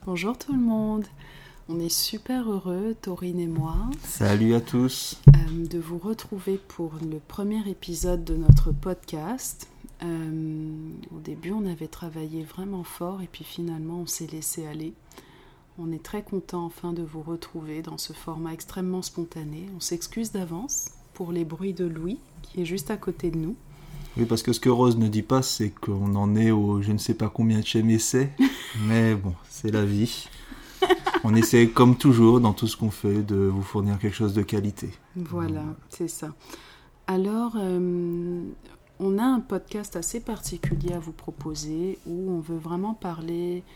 Bonjour tout le monde. On est super heureux, Taurine et moi, Salut à tous. de vous retrouver pour le premier épisode de notre podcast. Au début, on avait travaillé vraiment fort et puis finalement, on s'est laissé aller. On est très content enfin de vous retrouver dans ce format extrêmement spontané. On s'excuse d'avance pour les bruits de Louis qui est juste à côté de nous. Oui, parce que ce que Rose ne dit pas, c'est qu'on en est au je ne sais pas combien de essais, mais bon, c'est la vie. On essaie, comme toujours, dans tout ce qu'on fait, de vous fournir quelque chose de qualité. Voilà, c'est ça. Alors, on a un podcast assez particulier à vous proposer où on veut vraiment parler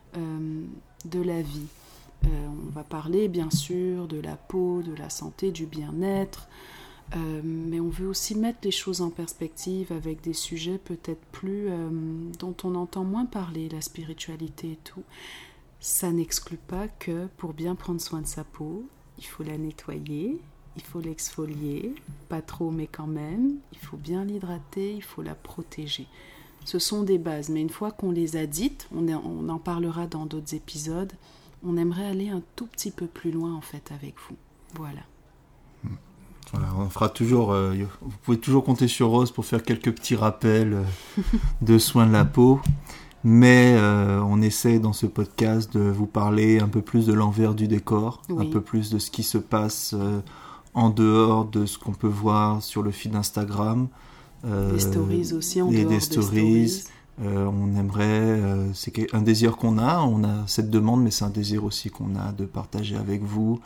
de la vie. On va parler, bien sûr, de la peau, de la santé, du bien-être, mais on veut aussi mettre les choses en perspective avec des sujets peut-être plus dont on entend moins parler, la spiritualité et tout. Ça n'exclut pas que pour bien prendre soin de sa peau, il faut la nettoyer, il faut l'exfolier, pas trop mais quand même, il faut bien l'hydrater, il faut la protéger. Ce sont des bases, mais une fois qu'on les a dites, on en parlera dans d'autres épisodes, on aimerait aller un tout petit peu plus loin en fait avec vous. Voilà. Voilà, on fera toujours, vous pouvez toujours compter sur Rose pour faire quelques petits rappels de soins de la peau. Mais on essaie dans ce podcast de vous parler un peu plus de l'envers du décor, Oui. un peu plus de ce qui se passe en dehors de ce qu'on peut voir sur le feed Instagram. Des stories aussi en et dehors des des stories. On aimerait, c'est un désir qu'on a, on a cette demande, mais c'est un désir aussi qu'on a de partager avec vous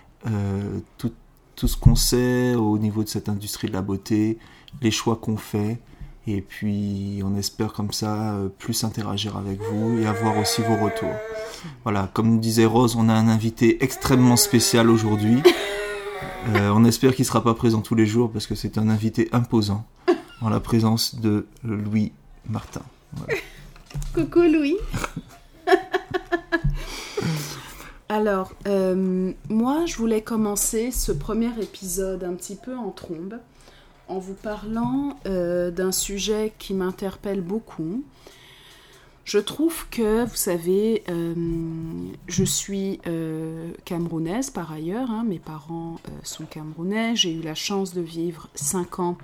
tout ce qu'on sait au niveau de cette industrie de la beauté, les choix qu'on fait. Et puis, on espère comme ça plus interagir avec vous et avoir aussi vos retours. Voilà, comme disait Rose, on a un invité extrêmement spécial aujourd'hui. On espère qu'il ne sera pas présent tous les jours parce que c'est un invité imposant en la présence de Louis Martin. Voilà. Coucou Louis. Alors, moi, je voulais commencer ce premier épisode un petit peu en trombe en vous parlant d'un sujet qui m'interpelle beaucoup. Je trouve que, vous savez, je suis camerounaise par ailleurs, hein, mes parents sont camerounais, j'ai eu la chance de vivre 5 ans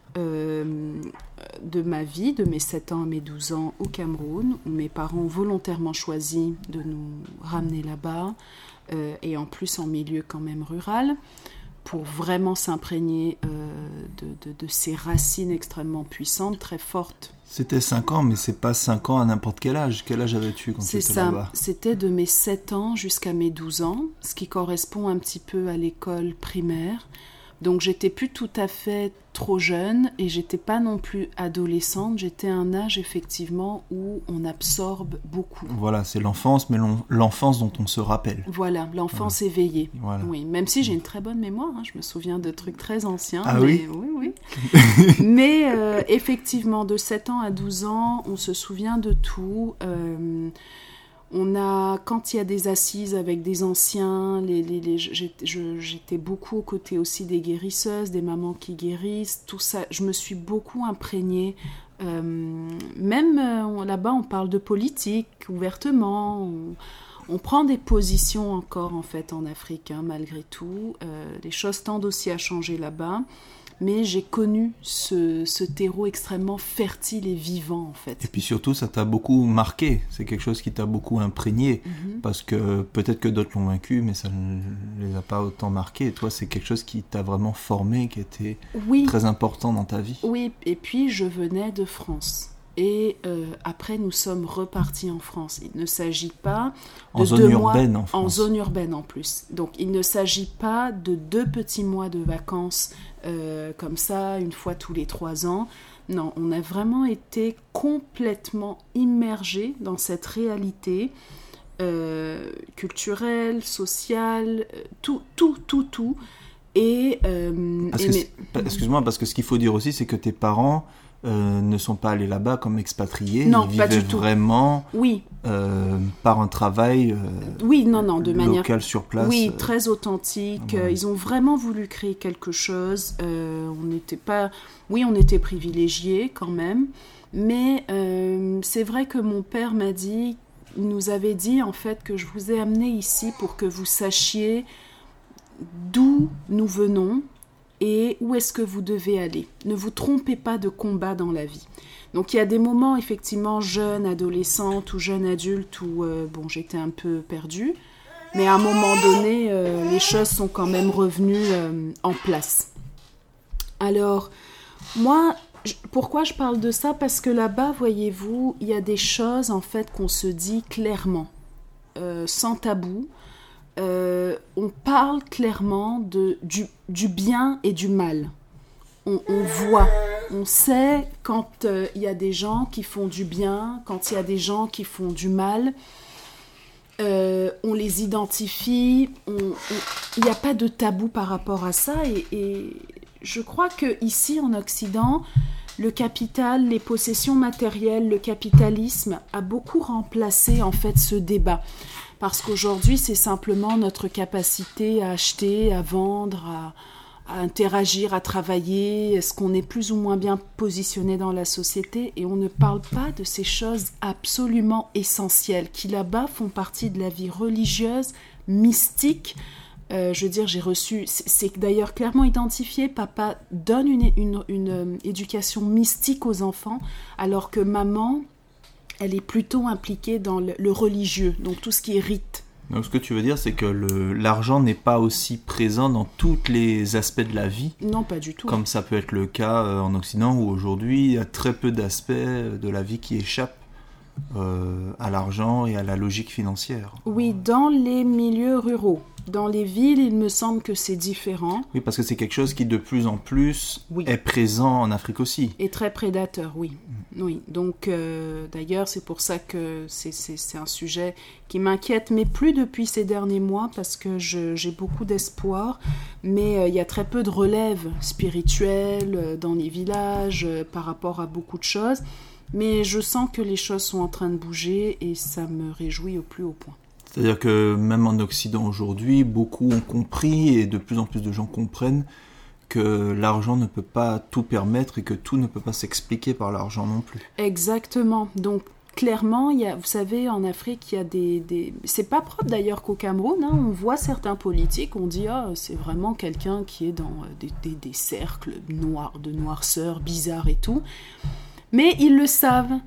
de ma vie, de mes 7 ans à mes 12 ans au Cameroun, où mes parents ont volontairement choisi de nous ramener là-bas, et en plus en milieu quand même rural, pour vraiment s'imprégner de ces racines extrêmement puissantes, très fortes. C'était 5 ans, mais c'est pas 5 ans à n'importe quel âge. Quel âge avais-tu quand tu étais là-bas ? C'était de mes 7 ans jusqu'à mes 12 ans, ce qui correspond un petit peu à l'école primaire. Donc j'étais plus tout à fait trop jeune et j'étais pas non plus adolescente. J'étais à un âge effectivement où on absorbe beaucoup. Voilà, c'est l'enfance, mais l'enfance dont on se rappelle. Voilà, l'enfance éveillée. Voilà. Oui, même si j'ai une très bonne mémoire, hein, je me souviens de trucs très anciens. Ah mais, oui ? Oui. Mais effectivement, de 7 ans à 12 ans, on se souvient de tout. Quand il y a des assises avec des anciens, j'étais beaucoup aux côtés aussi des guérisseuses, des mamans qui guérissent, tout ça. Je me suis beaucoup imprégnée. Là-bas, on parle de politique ouvertement. On prend des positions encore en fait en Afrique, hein, malgré tout. Les choses tendent aussi à changer là-bas. Mais j'ai connu ce terreau extrêmement fertile et vivant, en fait. Et puis surtout, ça t'a beaucoup marqué. C'est quelque chose qui t'a beaucoup imprégné. Parce que peut-être que d'autres l'ont vaincu, mais ça ne les a pas autant marqués. Et toi, c'est quelque chose qui t'a vraiment formé, qui était très important dans ta vie. Oui, et puis je venais de France. Et après, nous sommes repartis en France. Il ne s'agit pas de en zone urbaine en France. En zone urbaine en plus. Donc, il ne s'agit pas de 2 petits mois de vacances comme ça, une fois tous les 3 ans. Non, on a vraiment été complètement immergés dans cette réalité culturelle, sociale, tout. Et, excuse-moi, parce que ce qu'il faut dire aussi, c'est que tes parents ne sont pas allés là-bas comme expatriés. Non, ils pas vivaient du tout. Vraiment par un travail de manière local sur place. Oui, très authentique. Ils ont vraiment voulu créer quelque chose. On était privilégiés quand même. Mais c'est vrai que mon père m'a dit nous avait dit en fait que je vous ai amené ici pour que vous sachiez d'où nous venons et où est-ce que vous devez aller. Ne vous trompez pas de combat dans la vie. Donc il y a des moments effectivement jeune, adolescente ou jeune adulte où j'étais un peu perdue, mais à un moment donné, les choses sont quand même revenues en place. Alors, moi, pourquoi je parle de ça? Parce que là-bas, voyez-vous, il y a des choses en fait qu'on se dit clairement, sans tabou. On parle clairement du bien et du mal. On voit, on sait quand il y a des gens qui font du bien, quand il y a des gens qui font du mal. On les identifie, il n'y a pas de tabou par rapport à ça. Et je crois qu'ici, en Occident, le capital, les possessions matérielles, le capitalisme a beaucoup remplacé en fait ce débat. Parce qu'aujourd'hui, c'est simplement notre capacité à acheter, à vendre, à interagir, à travailler. Est-ce qu'on est plus ou moins bien positionné dans la société? Et on ne parle pas de ces choses absolument essentielles qui, là-bas, font partie de la vie religieuse, mystique. Je veux dire, j'ai reçu... C'est d'ailleurs clairement identifié. Papa donne une éducation mystique aux enfants, alors que maman... elle est plutôt impliquée dans le religieux, donc tout ce qui est rite. Donc ce que tu veux dire, c'est que l'argent n'est pas aussi présent dans tous les aspects de la vie. Non, pas du tout. Comme ça peut être le cas en Occident, où aujourd'hui, il y a très peu d'aspects de la vie qui échappent à l'argent et à la logique financière. Oui, dans les milieux ruraux. Dans les villes, il me semble que c'est différent. Oui, parce que c'est quelque chose qui de plus en plus est présent en Afrique aussi. Et très prédateur, oui. Oui. Donc, d'ailleurs, c'est pour ça que c'est un sujet qui m'inquiète, mais plus depuis ces derniers mois, parce que j'ai beaucoup d'espoir. Mais il y a très peu de relève spirituelle dans les villages par rapport à beaucoup de choses. Mais je sens que les choses sont en train de bouger et ça me réjouit au plus haut point. C'est-à-dire que même en Occident aujourd'hui, beaucoup ont compris et de plus en plus de gens comprennent que l'argent ne peut pas tout permettre et que tout ne peut pas s'expliquer par l'argent non plus. Exactement. Donc clairement, vous savez, en Afrique, il y a des... C'est pas propre d'ailleurs qu'au Cameroun, hein. On voit certains politiques, on dit c'est vraiment quelqu'un qui est dans des cercles noirs, de noirceur, bizarres et tout. Mais ils le savent.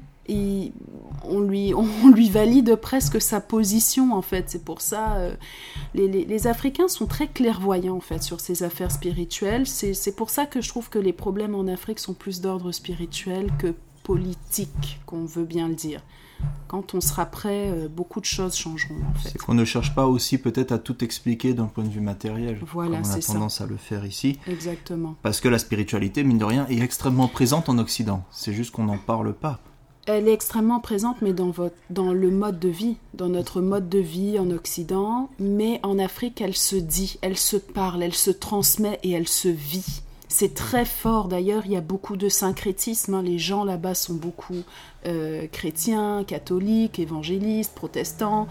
On lui valide presque sa position en fait. C'est pour ça les Africains sont très clairvoyants en fait sur ces affaires spirituelles. C'est pour ça que je trouve que les problèmes en Afrique sont plus d'ordre spirituel que politique, qu'on veut bien le dire. Quand on sera prêt, beaucoup de choses changeront en fait. C'est qu'on ne cherche pas aussi peut-être à tout expliquer d'un point de vue matériel. Voilà, comme on a c'est tendance ça. à le faire ici. Exactement. Parce que la spiritualité, mine de rien, est extrêmement présente en Occident. C'est juste qu'on n'en parle pas. Elle est extrêmement présente, mais dans le mode de vie, dans notre mode de vie en Occident. Mais en Afrique, elle se dit, elle se parle, elle se transmet et elle se vit. C'est très fort. D'ailleurs, il y a beaucoup de syncrétisme. Hein. Les gens là-bas sont beaucoup chrétiens, catholiques, évangélistes, protestants.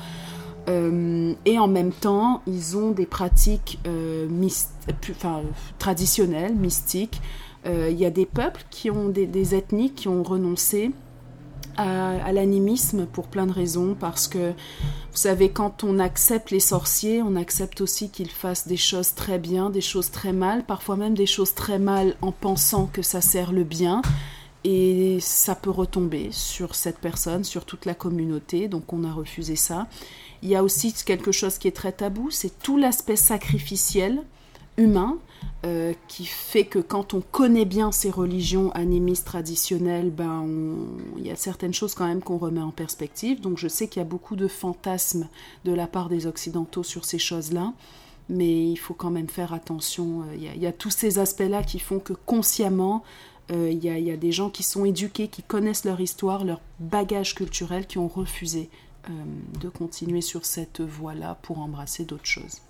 Et en même temps, ils ont des pratiques traditionnelles, mystiques. Il y a des peuples qui ont des ethnies qui ont renoncé à l'animisme pour plein de raisons, parce que vous savez, quand on accepte les sorciers, on accepte aussi qu'ils fassent des choses très bien, des choses très mal, parfois même des choses très mal en pensant que ça sert le bien, et ça peut retomber sur cette personne, sur toute la communauté, donc on a refusé ça. Il y a aussi quelque chose qui est très tabou, c'est tout l'aspect sacrificiel humain, qui fait que quand on connaît bien ces religions animistes traditionnelles, il y a certaines choses quand même qu'on remet en perspective. Donc je sais qu'il y a beaucoup de fantasmes de la part des Occidentaux sur ces choses-là, mais il faut quand même faire attention. Il y a tous ces aspects-là qui font que consciemment, il y a des gens qui sont éduqués, qui connaissent leur histoire, leur bagage culturel, qui ont refusé de continuer sur cette voie-là pour embrasser d'autres choses.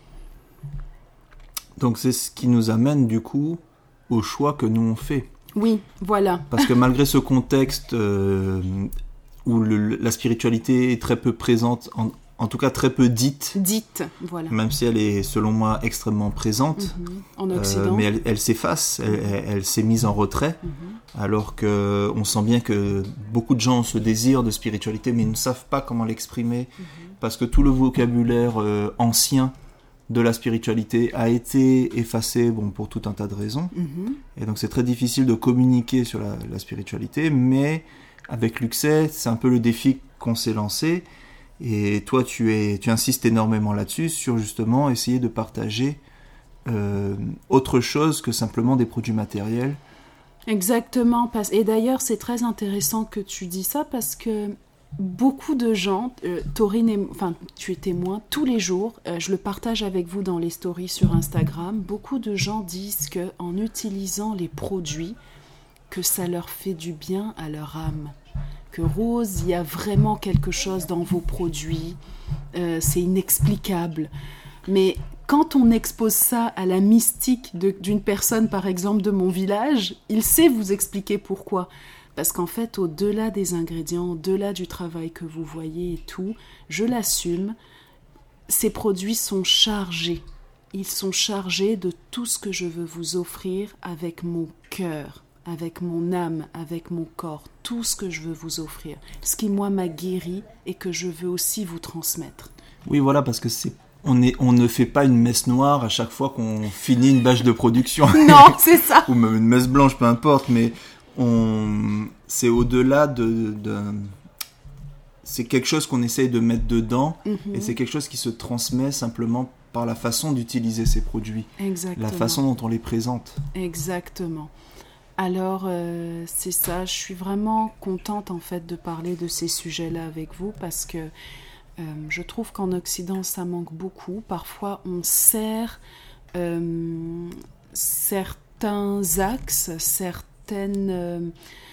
Donc c'est ce qui nous amène du coup au choix que nous on fait. Oui, voilà. Parce que malgré ce contexte où la spiritualité est très peu présente en tout cas très peu dite. Dite, voilà. Même si elle est, selon moi, extrêmement présente. En Occident. Mais elle s'efface, elle s'est mise en retrait. Alors qu'on sent bien que beaucoup de gens ont ce désir de spiritualité, mais ils ne savent pas comment l'exprimer. Parce que tout le vocabulaire ancien de la spiritualité a été effacé pour tout un tas de raisons. Et donc c'est très difficile de communiquer sur la spiritualité, mais avec Luxay, c'est un peu le défi qu'on s'est lancé. Et toi, tu insistes énormément là-dessus, sur justement essayer de partager autre chose que simplement des produits matériels. Exactement. Et d'ailleurs, c'est très intéressant que tu dis ça parce que beaucoup de gens, Taurine, tu es témoin, tous les jours, je le partage avec vous dans les stories sur Instagram, beaucoup de gens disent qu'en utilisant les produits, que ça leur fait du bien à leur âme. Que Rose, il y a vraiment quelque chose dans vos produits, c'est inexplicable. Mais quand on expose ça à la mystique d'une personne, par exemple de mon village, il sait vous expliquer pourquoi. Parce qu'en fait, au-delà des ingrédients, au-delà du travail que vous voyez et tout, je l'assume, ces produits sont chargés. Ils sont chargés de tout ce que je veux vous offrir avec mon cœur, avec mon âme, avec mon corps, tout ce que je veux vous offrir. Ce qui, moi, m'a guéri et que je veux aussi vous transmettre. Oui, voilà, parce que on ne fait pas une messe noire à chaque fois qu'on finit une bâche de production. Non, c'est ça. Ou même une messe blanche, peu importe, mais c'est au-delà c'est quelque chose qu'on essaye de mettre dedans, et c'est quelque chose qui se transmet simplement par la façon d'utiliser ces produits. Exactement. La façon dont on les présente. Exactement. Alors, c'est ça, je suis vraiment contente en fait de parler de ces sujets-là avec vous parce que je trouve qu'en Occident, ça manque beaucoup. Parfois, on sert certains axes, certaines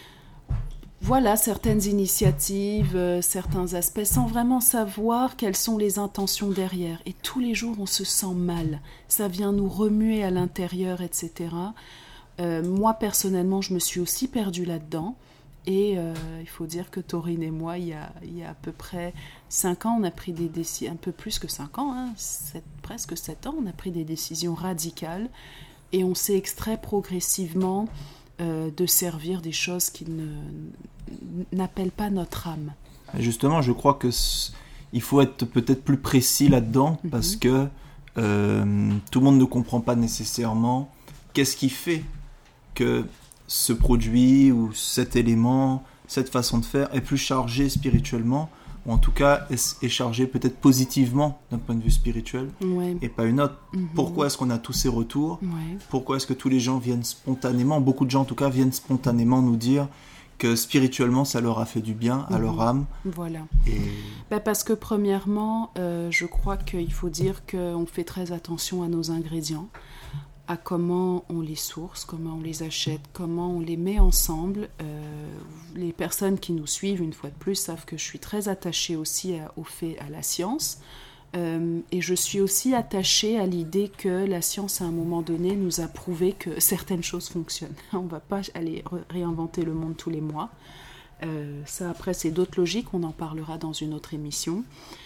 initiatives, certains aspects, sans vraiment savoir quelles sont les intentions derrière. Et tous les jours, on se sent mal. Ça vient nous remuer à l'intérieur, etc. Moi, personnellement, je me suis aussi perdue là-dedans. Et il faut dire que Taurine et moi, il y a à peu près 5 ans, on a pris des décisions, un peu plus que 5 ans, presque 7 ans, on a pris des décisions radicales. Et on s'est extrait progressivement de servir des choses qui n'appellent pas notre âme. Justement, je crois qu'il faut être peut-être plus précis là-dedans, parce que tout le monde ne comprend pas nécessairement qu'est-ce qui fait que ce produit ou cet élément, cette façon de faire est plus chargé spirituellement, ou en tout cas est chargé peut-être positivement d'un point de vue spirituel, et pas une autre. Pourquoi est-ce qu'on a tous ces retours ? Pourquoi est-ce que tous les gens viennent spontanément, beaucoup de gens en tout cas viennent spontanément nous dire que spirituellement ça leur a fait du bien à leur âme. Voilà. Parce que premièrement, je crois qu'il faut dire qu'on fait très attention à nos ingrédients, à comment on les source, comment on les achète, comment on les met ensemble. Les personnes qui nous suivent, une fois de plus, savent que je suis très attachée aussi à la science. Et je suis aussi attachée à l'idée que la science, à un moment donné, nous a prouvé que certaines choses fonctionnent. On ne va pas aller réinventer le monde tous les mois. Ça, après, c'est d'autres logiques. On en parlera dans une autre émission.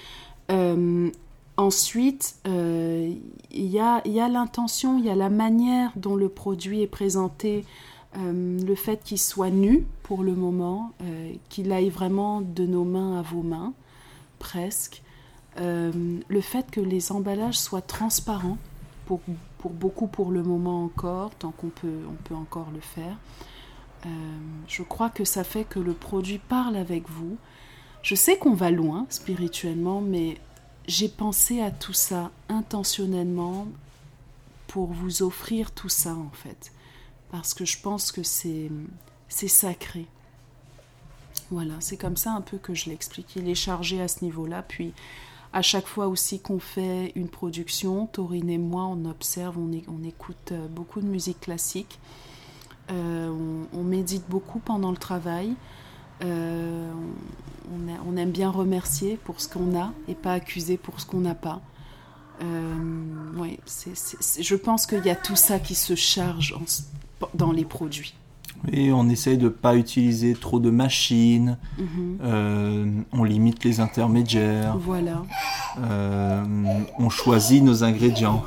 Ensuite, il y a l'intention, il y a la manière dont le produit est présenté, le fait qu'il soit nu pour le moment, qu'il aille vraiment de nos mains à vos mains, presque. Le fait que les emballages soient transparents, pour beaucoup pour le moment encore, tant on peut encore le faire. Je crois que ça fait que le produit parle avec vous. Je sais qu'on va loin spirituellement, mais j'ai pensé à tout ça intentionnellement pour vous offrir tout ça en fait, parce que je pense que c'est sacré. Voilà, c'est comme ça un peu que je l'explique. Il est chargé à ce niveau-là, puis à chaque fois aussi qu'on fait une production, Taurine et moi, on observe, on écoute beaucoup de musique classique, on médite beaucoup pendant le travail. On aime bien remercier pour ce qu'on a et pas accuser pour ce qu'on n'a pas. Je pense qu'il y a tout ça qui se charge dans les produits. Oui, on essaye de ne pas utiliser trop de machines, on limite les intermédiaires. Voilà. on choisit nos ingrédients.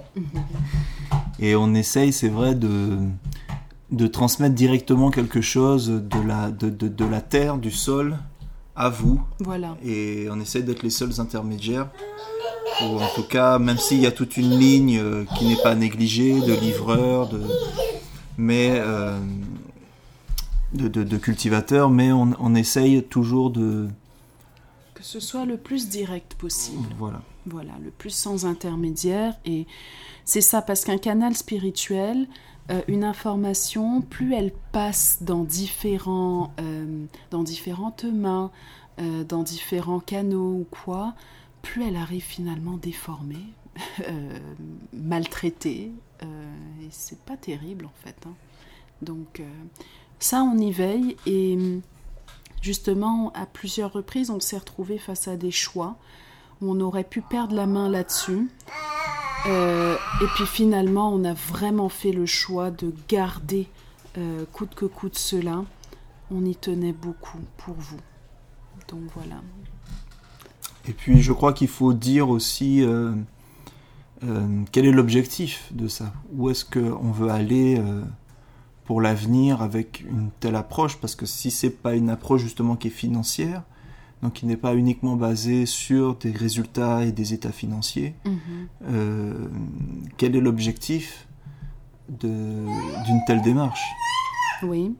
Et on essaye, c'est vrai, de transmettre directement quelque chose de la terre, du sol, à vous. Voilà. Et on essaye d'être les seuls intermédiaires. Ou en tout cas, même s'il y a toute une ligne qui n'est pas négligée, de livreurs, de cultivateurs, mais on essaye toujours de... Que ce soit le plus direct possible. Voilà, le plus sans intermédiaire. Et c'est ça, parce qu'un canal spirituel, une information, plus elle passe dans différentes mains, dans différents canaux ou quoi, plus elle arrive finalement déformée, maltraitée. Et c'est pas terrible en fait. Donc ça, on y veille. Et justement, à plusieurs reprises, on s'est retrouvé face à des choix où on aurait pu perdre la main là-dessus. Et puis finalement, on a vraiment fait le choix de garder coûte que coûte cela. On y tenait beaucoup pour vous. Donc voilà. Et puis je crois qu'il faut dire aussi quel est l'objectif de ça. Où est-ce qu'on veut aller pour l'avenir avec une telle approche, parce que si c'est pas une approche justement qui est financière, donc qui n'est pas uniquement basée sur des résultats et des états financiers, quel est l'objectif d'une telle démarche ? Oui.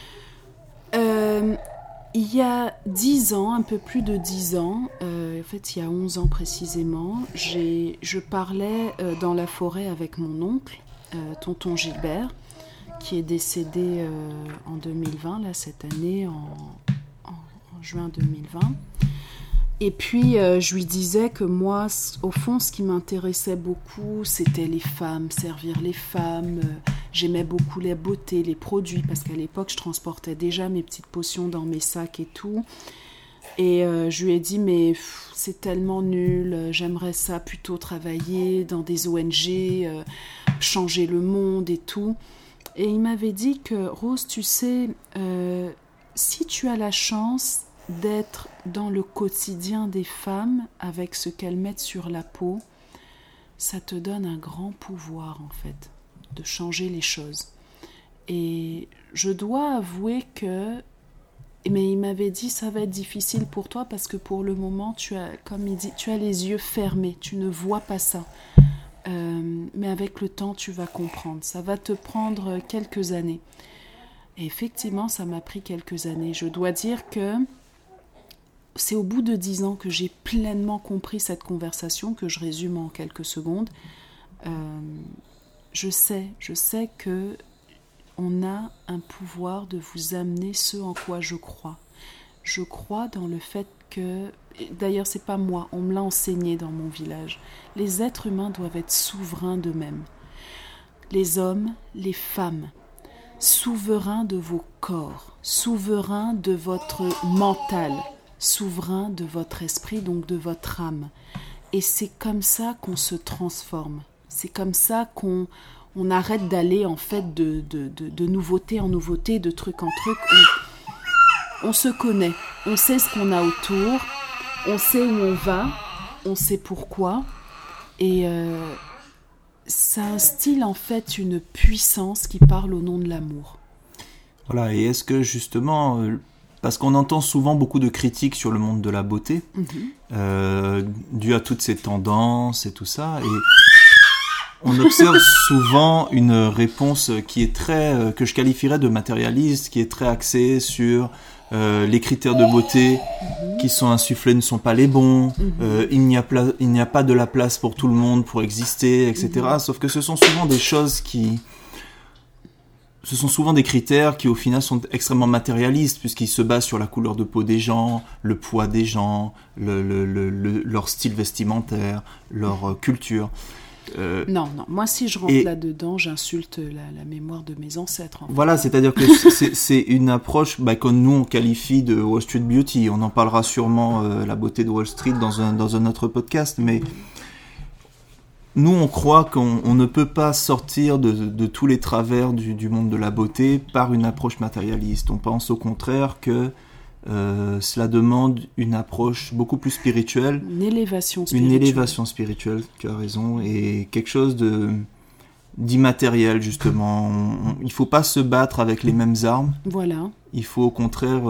Il y a 10 ans, un peu plus de 10 ans, en fait il y a 11 ans précisément, je parlais dans la forêt avec mon oncle, tonton Gilbert, qui est décédé en 2020, là, cette année, en juin 2020. Et puis, je lui disais que moi, au fond, ce qui m'intéressait beaucoup, c'était les femmes, servir les femmes. J'aimais beaucoup la beauté, les produits, parce qu'à l'époque, je transportais déjà mes petites potions dans mes sacs et tout. Et je lui ai dit, mais c'est tellement nul, j'aimerais ça plutôt travailler dans des ONG, changer le monde et tout. Et il m'avait dit que, Rose, tu sais, si tu as la chance d'être dans le quotidien des femmes avec ce qu'elles mettent sur la peau, ça te donne un grand pouvoir, en fait, de changer les choses. Et je dois avouer que... Mais il m'avait dit, ça va être difficile pour toi parce que pour le moment, tu as, comme il dit, tu as les yeux fermés, tu ne vois pas ça. Mais avec le temps, tu vas comprendre. Ça va te prendre quelques années. Et effectivement, ça m'a pris quelques années. Je dois dire que c'est au bout de 10 ans que j'ai pleinement compris cette conversation, que je résume en quelques secondes. Je sais que on a un pouvoir de vous amener ce en quoi je crois. Je crois dans le fait que... D'ailleurs, c'est pas moi, on me l'a enseigné dans mon village. Les êtres humains doivent être souverains d'eux-mêmes. Les hommes, les femmes, souverains de vos corps, souverains de votre mental, souverains de votre esprit, donc de votre âme. Et c'est comme ça qu'on se transforme. C'est comme ça qu'on arrête d'aller en fait de nouveauté en nouveauté, de truc en truc. On se connaît, on sait ce qu'on a autour, on sait où on va, on sait pourquoi. Et ça instille en fait une puissance qui parle au nom de l'amour. Voilà, et est-ce que justement, parce qu'on entend souvent beaucoup de critiques sur le monde de la beauté, dû à toutes ces tendances et tout ça, et on observe souvent une réponse qui est très, que je qualifierais de matérialiste, qui est très axée sur les critères de beauté qui sont insufflés ne sont pas les bons, il n'y a pas de la place pour tout le monde pour exister, etc. Sauf que ce sont souvent des choses ce sont souvent des critères qui au final sont extrêmement matérialistes puisqu'ils se basent sur la couleur de peau des gens, le poids des gens, leur style vestimentaire, leur culture. Non, moi si je rentre là-dedans, j'insulte la mémoire de mes ancêtres. En fait. Voilà, c'est-à-dire que c'est une approche comme nous on qualifie de Wall Street Beauty. On en parlera sûrement, la beauté de Wall Street, dans un autre podcast, mais nous on croit qu'on ne peut pas sortir de tous les travers du monde de la beauté par une approche matérialiste. On pense au contraire que cela demande une approche beaucoup plus spirituelle. Une élévation spirituelle, tu as raison, et quelque chose d'immatériel, justement. Il ne faut pas se battre avec les mêmes armes. Voilà. Il faut au contraire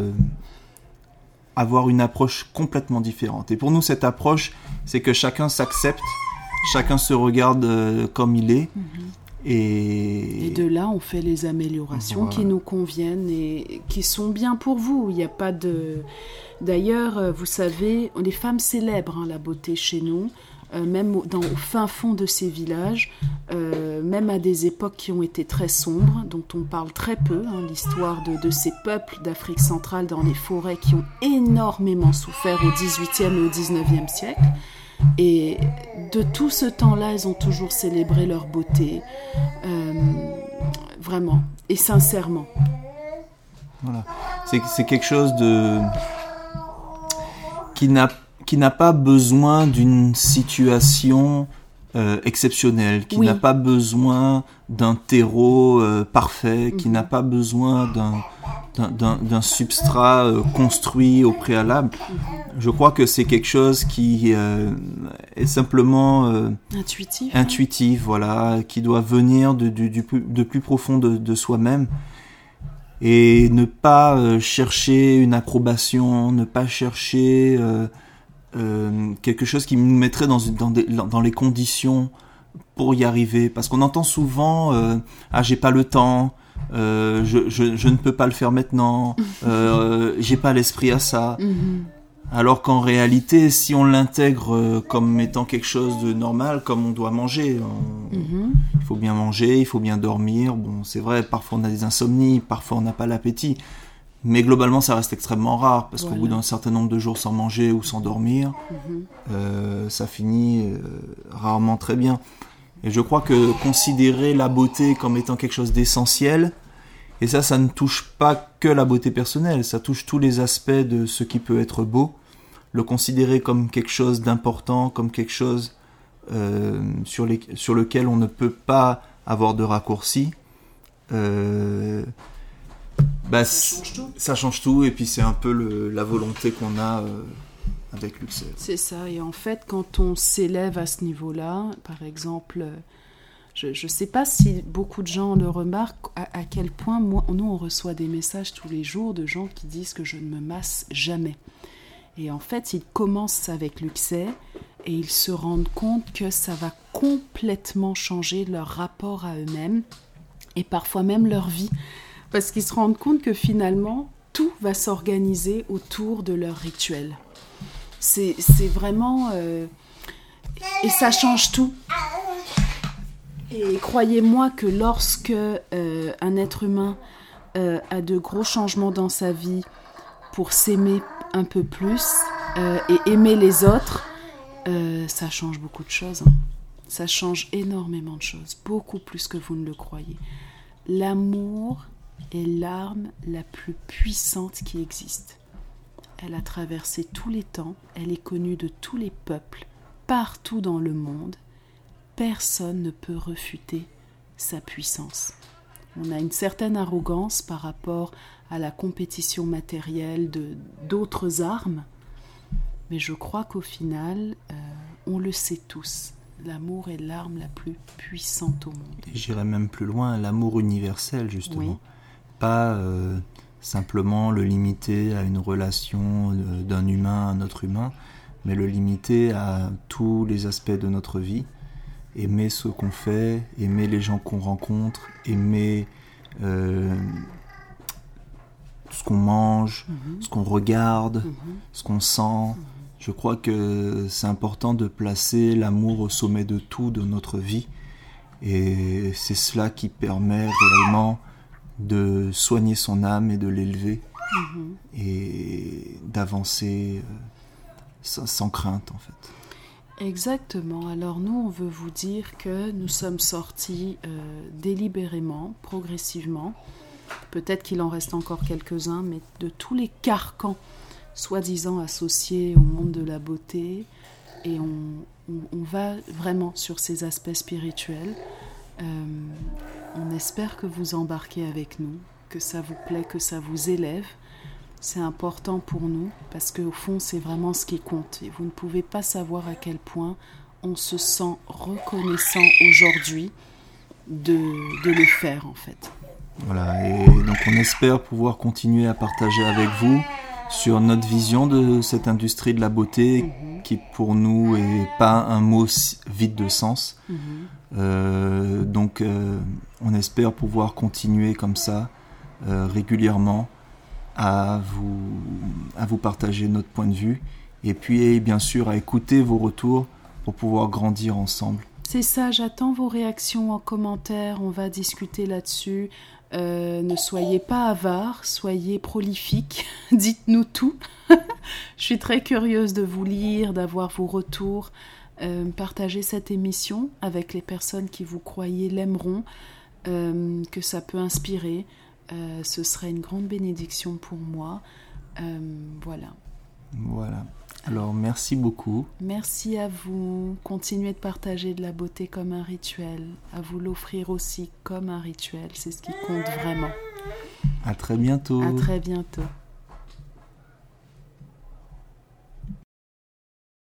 avoir une approche complètement différente. Et pour nous, cette approche, c'est que chacun s'accepte, chacun se regarde comme il est. Et de là, on fait les améliorations qui nous conviennent et qui sont bien pour vous. Il n'y a pas de... D'ailleurs, vous savez, les femmes célèbrent la beauté chez nous, même au fin fond de ces villages, même à des époques qui ont été très sombres, dont on parle très peu, l'histoire de ces peuples d'Afrique centrale dans les forêts qui ont énormément souffert au XVIIIe et au XIXe siècle. Et de tout ce temps-là, elles ont toujours célébré leur beauté, vraiment, et sincèrement. Voilà. C'est quelque chose qui n'a pas besoin d'une situation exceptionnelle, qui n'a pas besoin d'un terreau parfait, qui n'a pas besoin d'un substrat construit au préalable. Je crois que c'est quelque chose qui est simplement intuitif, voilà, qui doit venir de plus profond de soi-même, et ne pas chercher une approbation, ne pas chercher quelque chose qui nous mettrait dans les conditions pour y arriver, parce qu'on entend souvent j'ai pas le temps, je ne peux pas le faire maintenant, j'ai pas l'esprit à ça. Alors qu'en réalité, si on l'intègre comme étant quelque chose de normal, comme on doit manger, il faut bien manger, il faut bien dormir. Bon, c'est vrai, parfois on a des insomnies, parfois on n'a pas l'appétit, mais globalement ça reste extrêmement rare, parce qu'au bout d'un certain nombre de jours sans manger ou sans dormir, ça finit rarement très bien. Et je crois que considérer la beauté comme étant quelque chose d'essentiel, et ça ne touche pas que la beauté personnelle, ça touche tous les aspects de ce qui peut être beau. Le considérer comme quelque chose d'important, comme quelque chose sur lequel on ne peut pas avoir de raccourci, ça change tout, et puis c'est un peu la volonté qu'on a avec Luxair. C'est ça, et en fait, quand on s'élève à ce niveau-là, par exemple... Je ne sais pas si beaucoup de gens le remarquent, à quel point nous on reçoit des messages tous les jours de gens qui disent que je ne me masse jamais. Et en fait, ils commencent avec Luxair et ils se rendent compte que ça va complètement changer leur rapport à eux-mêmes et parfois même leur vie. Parce qu'ils se rendent compte que finalement, tout va s'organiser autour de leur rituel. C'est vraiment... et ça change tout. Et croyez-moi que lorsque un être humain a de gros changements dans sa vie pour s'aimer un peu plus et aimer les autres, ça change beaucoup de choses. Ça change énormément de choses, beaucoup plus que vous ne le croyez. L'amour est l'arme la plus puissante qui existe. Elle a traversé tous les temps, elle est connue de tous les peuples, partout dans le monde. Personne ne peut refuter sa puissance. On a une certaine arrogance par rapport à la compétition matérielle d'autres armes, mais je crois qu'au final, on le sait tous, l'amour est l'arme la plus puissante au monde. J'irais même plus loin, l'amour universel justement. Pas simplement le limiter à une relation d'un humain à un autre humain, mais le limiter à tous les aspects de notre vie. Aimer ce qu'on fait, aimer les gens qu'on rencontre, aimer ce qu'on mange, ce qu'on regarde, ce qu'on sent. Je crois que c'est important de placer l'amour au sommet de tout de notre vie, et c'est cela qui permet réellement de soigner son âme et de l'élever et d'avancer sans crainte en fait. Exactement. Alors nous, on veut vous dire que nous sommes sortis délibérément, progressivement. Peut-être qu'il en reste encore quelques-uns, mais de tous les carcans soi-disant associés au monde de la beauté. Et on va vraiment sur ces aspects spirituels. On espère que vous embarquez avec nous, que ça vous plaît, que ça vous élève. c'est important pour nous, parce qu'au fond, c'est vraiment ce qui compte. Et vous ne pouvez pas savoir à quel point on se sent reconnaissant aujourd'hui de le faire, en fait. Voilà, et donc on espère pouvoir continuer à partager avec vous sur notre vision de cette industrie de la beauté qui pour nous est pas un mot vide de sens. Donc on espère pouvoir continuer comme ça régulièrement à vous partager notre point de vue et puis bien sûr à écouter vos retours pour pouvoir grandir ensemble. C'est ça, j'attends vos réactions en commentaire, on va discuter là-dessus. Ne soyez pas avares, soyez prolifiques, dites-nous tout. Je suis très curieuse de vous lire, d'avoir vos retours. Partagez cette émission avec les personnes qui vous croyez l'aimeront, que ça peut inspirer. Ce serait une grande bénédiction pour moi. Voilà. Alors, merci beaucoup. Merci à vous. Continuez de partager de la beauté comme un rituel. À vous l'offrir aussi comme un rituel. C'est ce qui compte vraiment. À très bientôt. À très bientôt.